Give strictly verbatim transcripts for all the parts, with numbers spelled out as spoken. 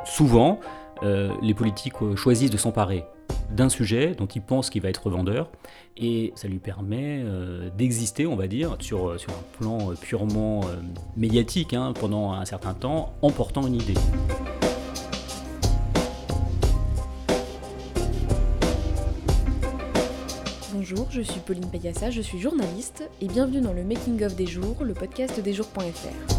Souvent, euh, les politiques euh, choisissent de s'emparer d'un sujet dont ils pensent qu'il va être vendeur, et ça lui permet euh, d'exister, on va dire, sur, euh, sur un plan euh, purement euh, médiatique, hein, pendant un certain temps, en portant une idée. Bonjour, je suis Pauline Payassa, je suis journaliste et bienvenue dans le Making of des jours, le podcast des jours point f r.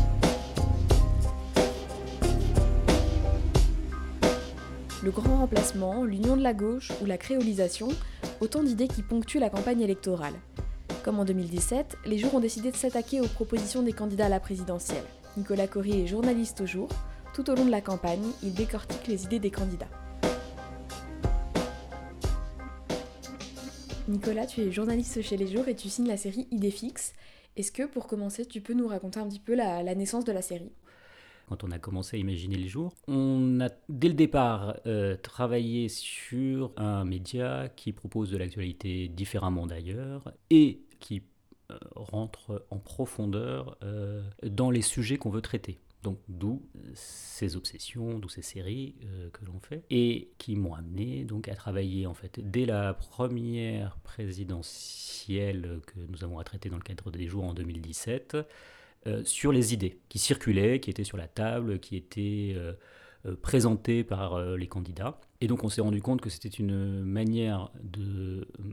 Le grand remplacement, l'union de la gauche ou la créolisation, autant d'idées qui ponctuent la campagne électorale. Comme en deux mille dix-sept, les jours ont décidé de s'attaquer aux propositions des candidats à la présidentielle. Nicolas Cory est journaliste au jour. Tout au long de la campagne, il décortique les idées des candidats. Nicolas, tu es journaliste chez Les Jours et tu signes la série Idées fixes. Est-ce que, pour commencer, tu peux nous raconter un petit peu la, la naissance de la série ? Quand on a commencé à imaginer le jour, on a dès le départ euh, travaillé sur un média qui propose de l'actualité différemment d'ailleurs et qui euh, rentre en profondeur euh, dans les sujets qu'on veut traiter. Donc d'où ces obsessions, d'où ces séries euh, que l'on fait et qui m'ont amené donc à travailler en fait dès la première présidentielle que nous avons à traiter dans le cadre des jours en deux mille dix-sept. Euh, sur les idées qui circulaient, qui étaient sur la table, qui étaient euh, euh, présentées par euh, les candidats. Et donc on s'est rendu compte que c'était une manière de euh,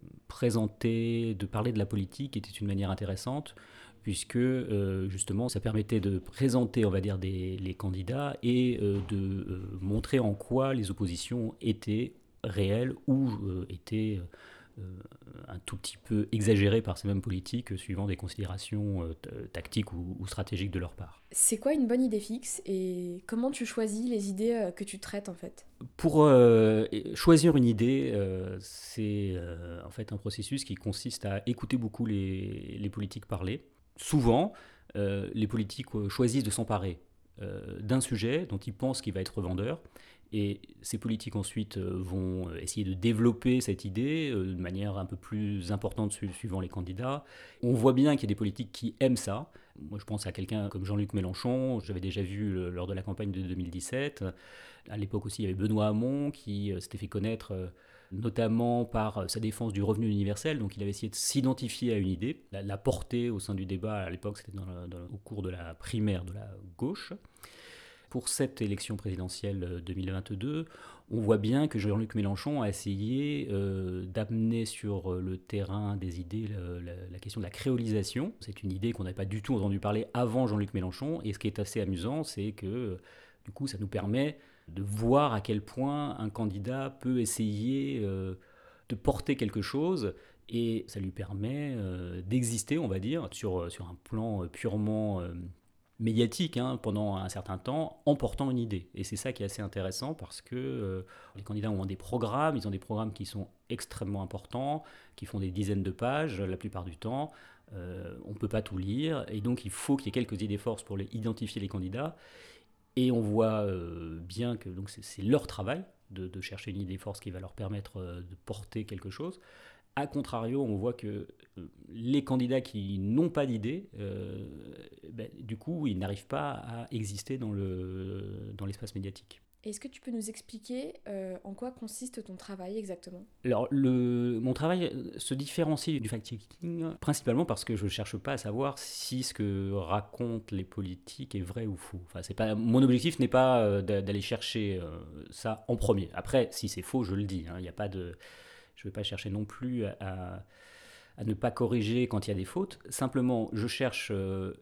présenter, de parler de la politique, qui était une manière intéressante, puisque euh, justement ça permettait de présenter, on va dire, des, les candidats et euh, de euh, montrer en quoi les oppositions étaient réelles ou euh, étaient euh, un tout petit peu exagérées par ces mêmes politiques, euh, suivant des considérations euh, t- tactiques ou, ou stratégiques de leur part. C'est quoi une bonne idée fixe et comment tu choisis les idées euh, que tu traites en fait ? Pour euh, choisir une idée, euh, c'est euh, en fait un processus qui consiste à écouter beaucoup les, les politiques parler. Souvent, euh, les politiques euh, choisissent de s'emparer euh, d'un sujet dont ils pensent qu'il va être vendeur. Et ces politiques ensuite euh, vont essayer de développer cette idée euh, de manière un peu plus importante su- suivant les candidats. On voit bien qu'il y a des politiques qui aiment ça. Moi, je pense à quelqu'un comme Jean-Luc Mélenchon, j'avais déjà vu euh, lors de la campagne de deux mille dix-sept. À l'époque aussi, il y avait Benoît Hamon qui euh, s'était fait connaître euh, notamment par euh, sa défense du revenu universel. Donc il avait essayé de s'identifier à une idée, la, la porter au sein du débat. À l'époque, c'était dans le- dans- au cours de la primaire de la gauche. Pour cette élection présidentielle deux mille vingt-deux, on voit bien que Jean-Luc Mélenchon a essayé euh, d'amener sur le terrain des idées le- la, la question de la créolisation. C'est une idée qu'on n'avait pas du tout entendu parler avant Jean-Luc Mélenchon. Et ce qui est assez amusant, c'est que du coup, ça nous permet de voir à quel point un candidat peut essayer euh, de porter quelque chose, et ça lui permet euh, d'exister, on va dire, sur, sur un plan purement euh, médiatique, hein, pendant un certain temps, en portant une idée. Et c'est ça qui est assez intéressant, parce que euh, les candidats ont des programmes, ils ont des programmes qui sont extrêmement importants, qui font des dizaines de pages la plupart du temps. Euh, on ne peut pas tout lire, et donc il faut qu'il y ait quelques idées forces pour les, identifier les candidats. Et on voit euh, bien que donc c'est, c'est leur travail de, de chercher une idée force qui va leur permettre euh, de porter quelque chose. A contrario, on voit que euh, les candidats qui n'ont pas d'idée, euh, ben, du coup, ils n'arrivent pas à exister dans, le, dans l'espace médiatique. Est-ce que tu peux nous expliquer euh, en quoi consiste ton travail exactement ? Alors, le, mon travail se différencie du fact-checking principalement parce que je ne cherche pas à savoir si ce que racontent les politiques est vrai ou faux. Enfin, c'est pas, mon objectif n'est pas euh, d'aller chercher euh, ça en premier. Après, si c'est faux, je le dis. Il hein, n'y a pas de, je ne vais pas chercher non plus à, à, à ne pas corriger quand il y a des fautes. Simplement, je cherche euh,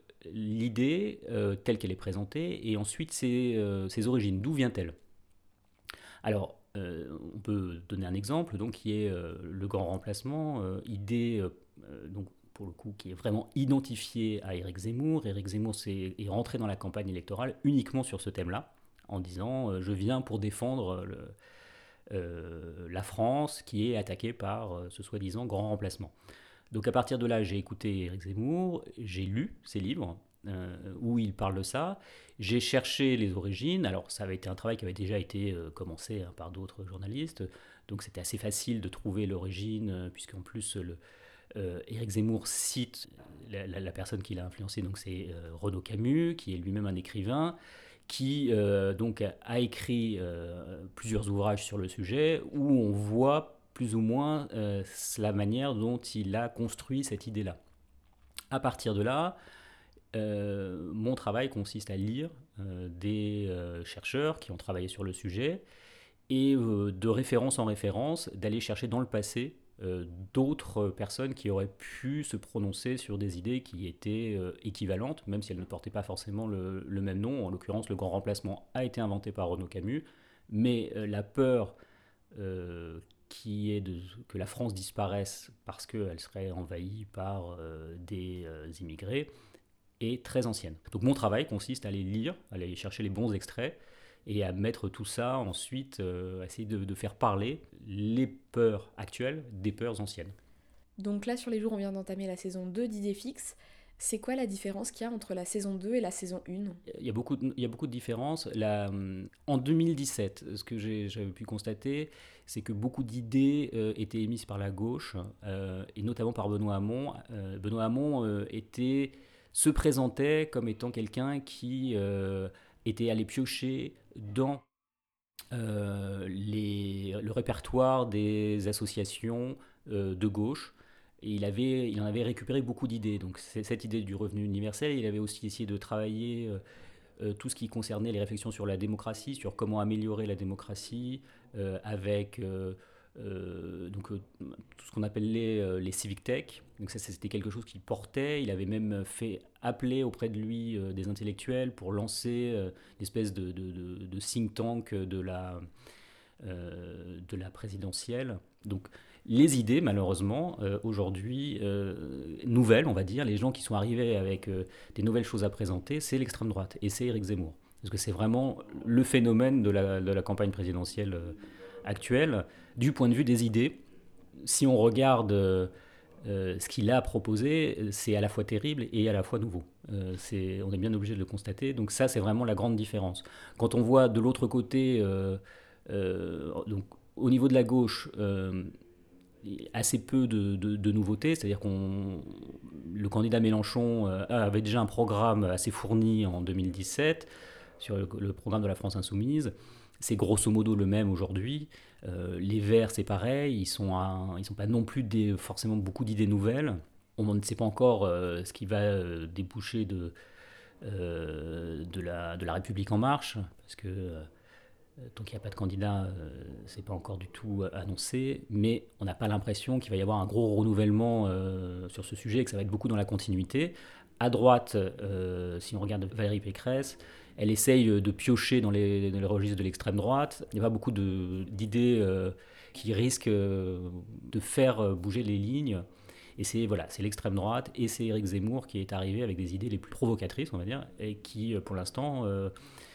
l'idée euh, telle qu'elle est présentée et ensuite ses, euh, ses origines. D'où vient-elle ? Alors, euh, on peut donner un exemple, donc, qui est euh, le grand remplacement, euh, idée, euh, donc, pour le coup, qui est vraiment identifiée à Éric Zemmour. Éric Zemmour est, est rentré dans la campagne électorale uniquement sur ce thème-là, en disant euh, je viens pour défendre le, euh, la France qui est attaquée par euh, ce soi-disant grand remplacement. Donc à partir de là, j'ai écouté Éric Zemmour, j'ai lu ses livres euh, où il parle de ça, j'ai cherché les origines. Alors ça avait été un travail qui avait déjà été euh, commencé hein, par d'autres journalistes, donc c'était assez facile de trouver l'origine, euh, puisqu'en plus le, euh, Éric Zemmour cite la, la, la personne qui l'a influencé, donc c'est euh, Renaud Camus, qui est lui-même un écrivain, qui euh, donc a écrit euh, plusieurs ouvrages sur le sujet où on voit plus ou moins euh, la manière dont il a construit cette idée-là. À partir de là, euh, mon travail consiste à lire euh, des euh, chercheurs qui ont travaillé sur le sujet et euh, de référence en référence, d'aller chercher dans le passé euh, d'autres personnes qui auraient pu se prononcer sur des idées qui étaient euh, équivalentes, même si elles ne portaient pas forcément le, le même nom. En l'occurrence, le grand remplacement a été inventé par Renaud Camus, mais euh, la peur euh, qui est de, que la France disparaisse parce qu'elle serait envahie par euh, des euh, immigrés est très ancienne. Donc mon travail consiste à aller lire, à aller chercher les bons extraits et à mettre tout ça ensuite, euh, à essayer de, de faire parler les peurs actuelles des peurs anciennes. Donc là, sur les jours, on vient d'entamer la saison deux d'Idées fixes. C'est quoi la différence qu'il y a entre la saison deux et la saison un ? Il y a beaucoup de, il y a beaucoup de différences. La, en deux mille dix-sept, ce que j'ai, j'avais pu constater, c'est que beaucoup d'idées euh, étaient émises par la gauche, euh, et notamment par Benoît Hamon. Euh, Benoît Hamon euh, était, se présentait comme étant quelqu'un qui euh, était allé piocher dans euh, les, le répertoire des associations euh, de gauche. Et il, avait, il en avait récupéré beaucoup d'idées. Donc c'est cette idée du revenu universel, il avait aussi essayé de travailler euh, euh, tout ce qui concernait les réflexions sur la démocratie, sur comment améliorer la démocratie, euh, avec euh, euh, donc, euh, tout ce qu'on appelait euh, les civic tech. Donc ça, c'était quelque chose qu'il portait. Il avait même fait appeler auprès de lui euh, des intellectuels pour lancer euh, une espèce de, de, de, de think tank de la, euh, de la présidentielle. Donc les idées, malheureusement, euh, aujourd'hui, euh, nouvelles, on va dire, les gens qui sont arrivés avec euh, des nouvelles choses à présenter, c'est l'extrême droite et c'est Éric Zemmour. Parce que c'est vraiment le phénomène de la, de la campagne présidentielle euh, actuelle, du point de vue des idées. Si on regarde euh, euh, ce qu'il a proposé, c'est à la fois terrible et à la fois nouveau. Euh, c'est, on est bien obligé de le constater. Donc ça, c'est vraiment la grande différence. Quand on voit de l'autre côté, euh, euh, donc, au niveau de la gauche, euh, assez peu de, de, de nouveautés, c'est-à-dire qu'on le candidat Mélenchon euh, avait déjà un programme assez fourni en deux mille dix-sept sur le, le programme de la France Insoumise. C'est grosso modo le même aujourd'hui. Euh, les Verts, c'est pareil, ils sont, à, ils sont pas non plus des, forcément beaucoup d'idées nouvelles. On ne sait pas encore euh, ce qui va euh, déboucher de, euh, de, la, de la République en marche, parce que euh, tant qu'il n'y a pas de candidat, euh, c'est pas encore du tout euh, annoncé, mais on n'a pas l'impression qu'il va y avoir un gros renouvellement euh, sur ce sujet, et que ça va être beaucoup dans la continuité. À droite, euh, si on regarde Valérie Pécresse, elle essaye de piocher dans les, dans les registres de l'extrême droite. Il y a pas beaucoup de, d'idées euh, qui risquent euh, de faire bouger les lignes. Et c'est, voilà, c'est l'extrême droite et c'est Éric Zemmour qui est arrivé avec des idées les plus provocatrices, on va dire, et qui, pour l'instant, euh,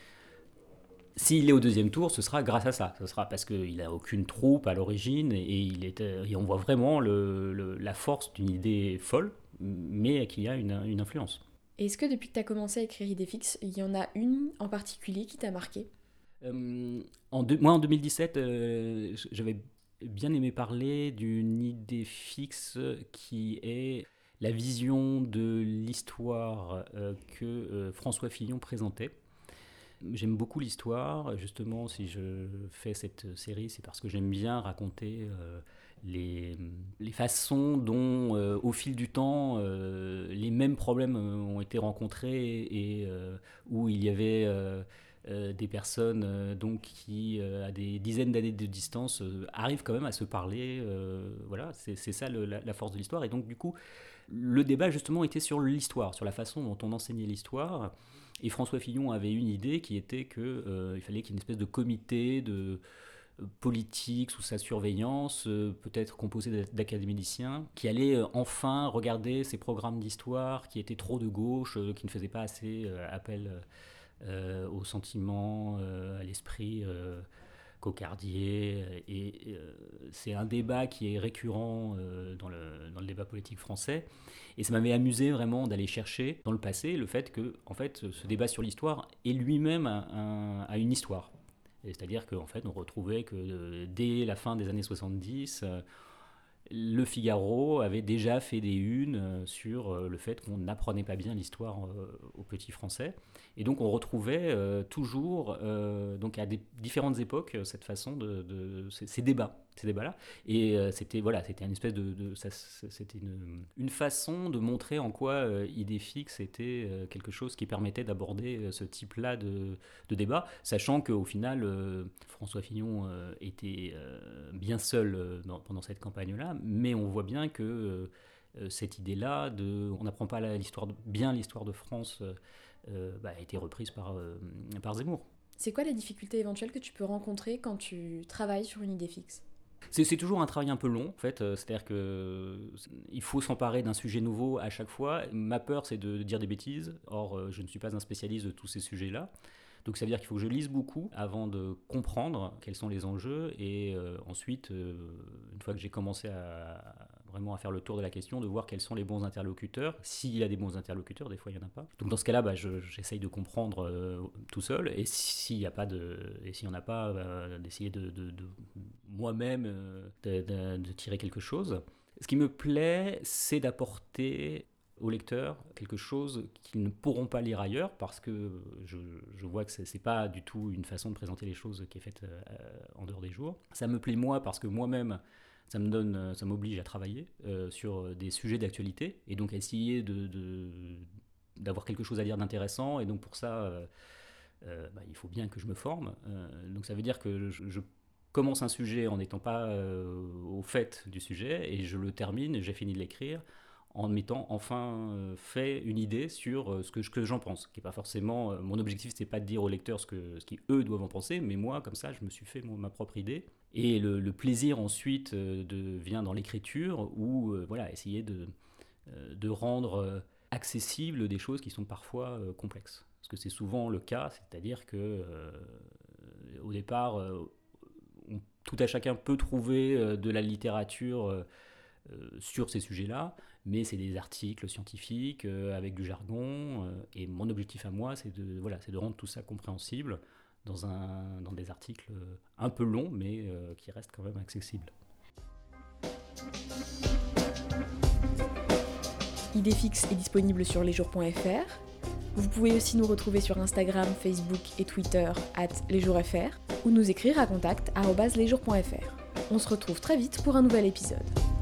s'il est au deuxième tour, ce sera grâce à ça. Ce sera parce qu'il n'a aucune troupe à l'origine et, il est, et on voit vraiment le, le, la force d'une idée folle, mais qui a une, une influence. Est-ce que depuis que tu as commencé à écrire Idées fixes, il y en a une en particulier qui t'a marqué ? euh, en deux, Moi, en deux mille dix-sept, euh, j'avais bien aimé parler d'une idée fixe qui est la vision de l'histoire euh, que euh, François Fillon présentait. J'aime beaucoup l'histoire. Justement, si je fais cette série, c'est parce que j'aime bien raconter euh, les, les façons dont, euh, au fil du temps, euh, les mêmes problèmes ont été rencontrés et euh, où il y avait euh, euh, des personnes euh, donc, qui, euh, à des dizaines d'années de distance, euh, arrivent quand même à se parler. Euh, voilà, c'est, c'est ça le, la, la force de l'histoire. Et donc, du coup, le débat, justement, était sur l'histoire, sur la façon dont on enseignait l'histoire. Et François Fillon avait une idée qui était qu'il euh, fallait qu'il y ait une espèce de comité de euh, politique sous sa surveillance, euh, peut-être composé d'académiciens, qui allait euh, enfin regarder ces programmes d'histoire qui étaient trop de gauche, euh, qui ne faisaient pas assez euh, appel euh, au sentiment, euh, à l'esprit euh, cocardier. Et, et euh, c'est un débat qui est récurrent euh, dans, le, dans le débat politique français. Et ça m'avait amusé vraiment d'aller chercher dans le passé le fait que en fait, ce débat sur l'histoire est lui-même un, un, a une histoire. Et c'est-à-dire qu'en fait, on retrouvait que euh, dès la fin des années soixante-dix, euh, Le Figaro avait déjà fait des unes euh, sur euh, le fait qu'on n'apprenait pas bien l'histoire euh, aux petits Français. Et donc on retrouvait euh, toujours, euh, donc à des différentes époques, cette façon de, de ces, ces débats, ces débats-là. Et euh, c'était voilà, c'était une espèce de, de ça, c'était une, une façon de montrer en quoi euh, Idée fixe était euh, quelque chose qui permettait d'aborder euh, ce type-là de, de débat, sachant qu'au final, euh, François Fillon euh, était euh, bien seul euh, dans, pendant cette campagne-là. Mais on voit bien que euh, cette idée-là, de, on n'apprend pas la, l'histoire de, bien l'histoire de France, euh, bah, a été reprise par, euh, par Zemmour. C'est quoi les difficultés éventuelles que tu peux rencontrer quand tu travailles sur une idée fixe ? C'est, c'est toujours un travail un peu long, en fait. C'est-à-dire qu'il faut s'emparer d'un sujet nouveau à chaque fois. Ma peur, c'est de dire des bêtises. Or, je ne suis pas un spécialiste de tous ces sujets-là. Donc ça veut dire qu'il faut que je lise beaucoup avant de comprendre quels sont les enjeux et euh, ensuite, euh, une fois que j'ai commencé à vraiment à faire le tour de la question, de voir quels sont les bons interlocuteurs. S'il y a des bons interlocuteurs, des fois il n'y en a pas. Donc dans ce cas-là, bah, je, j'essaye de comprendre euh, tout seul et s'il n'y a pas de, et s'il n'y en a pas, bah, d'essayer de, de, de moi-même euh, de, de, de tirer quelque chose. Ce qui me plaît, c'est d'apporter aux lecteurs quelque chose qu'ils ne pourront pas lire ailleurs parce que je, je vois que c'est, c'est pas du tout une façon de présenter les choses qui est faite euh, en dehors des jours. Ça me plaît moi parce que moi-même ça me donne, ça m'oblige à travailler euh, sur des sujets d'actualité et donc à essayer de, de, d'avoir quelque chose à dire d'intéressant et donc pour ça euh, euh, bah, il faut bien que je me forme. Euh, donc ça veut dire que je, je commence un sujet en n'étant pas euh, au fait du sujet et je le termine, j'ai fini de l'écrire en mettant enfin euh, fait une idée sur euh, ce, que, ce que j'en pense. Qui est pas forcément, euh, mon objectif, c'est pas de dire aux lecteurs ce, que, ce qu'eux doivent en penser, mais moi, comme ça, je me suis fait mon, ma propre idée. Et le, le plaisir ensuite euh, de, vient dans l'écriture, où euh, voilà, essayer de, euh, de rendre euh, accessibles des choses qui sont parfois euh, complexes. Parce que c'est souvent le cas, c'est-à-dire que euh, au départ, euh, on, tout à chacun peut trouver euh, de la littérature euh, Euh, sur ces sujets-là, mais c'est des articles scientifiques euh, avec du jargon, euh, et mon objectif à moi, c'est de, voilà, c'est de rendre tout ça compréhensible dans, un, dans des articles un peu longs, mais euh, qui restent quand même accessibles. Idée fixe est disponible sur lesjours point f r. Vous pouvez aussi nous retrouver sur Instagram, Facebook et Twitter arobase lesjoursfr ou nous écrire à contact arobase lesjours point f r. On se retrouve très vite pour un nouvel épisode.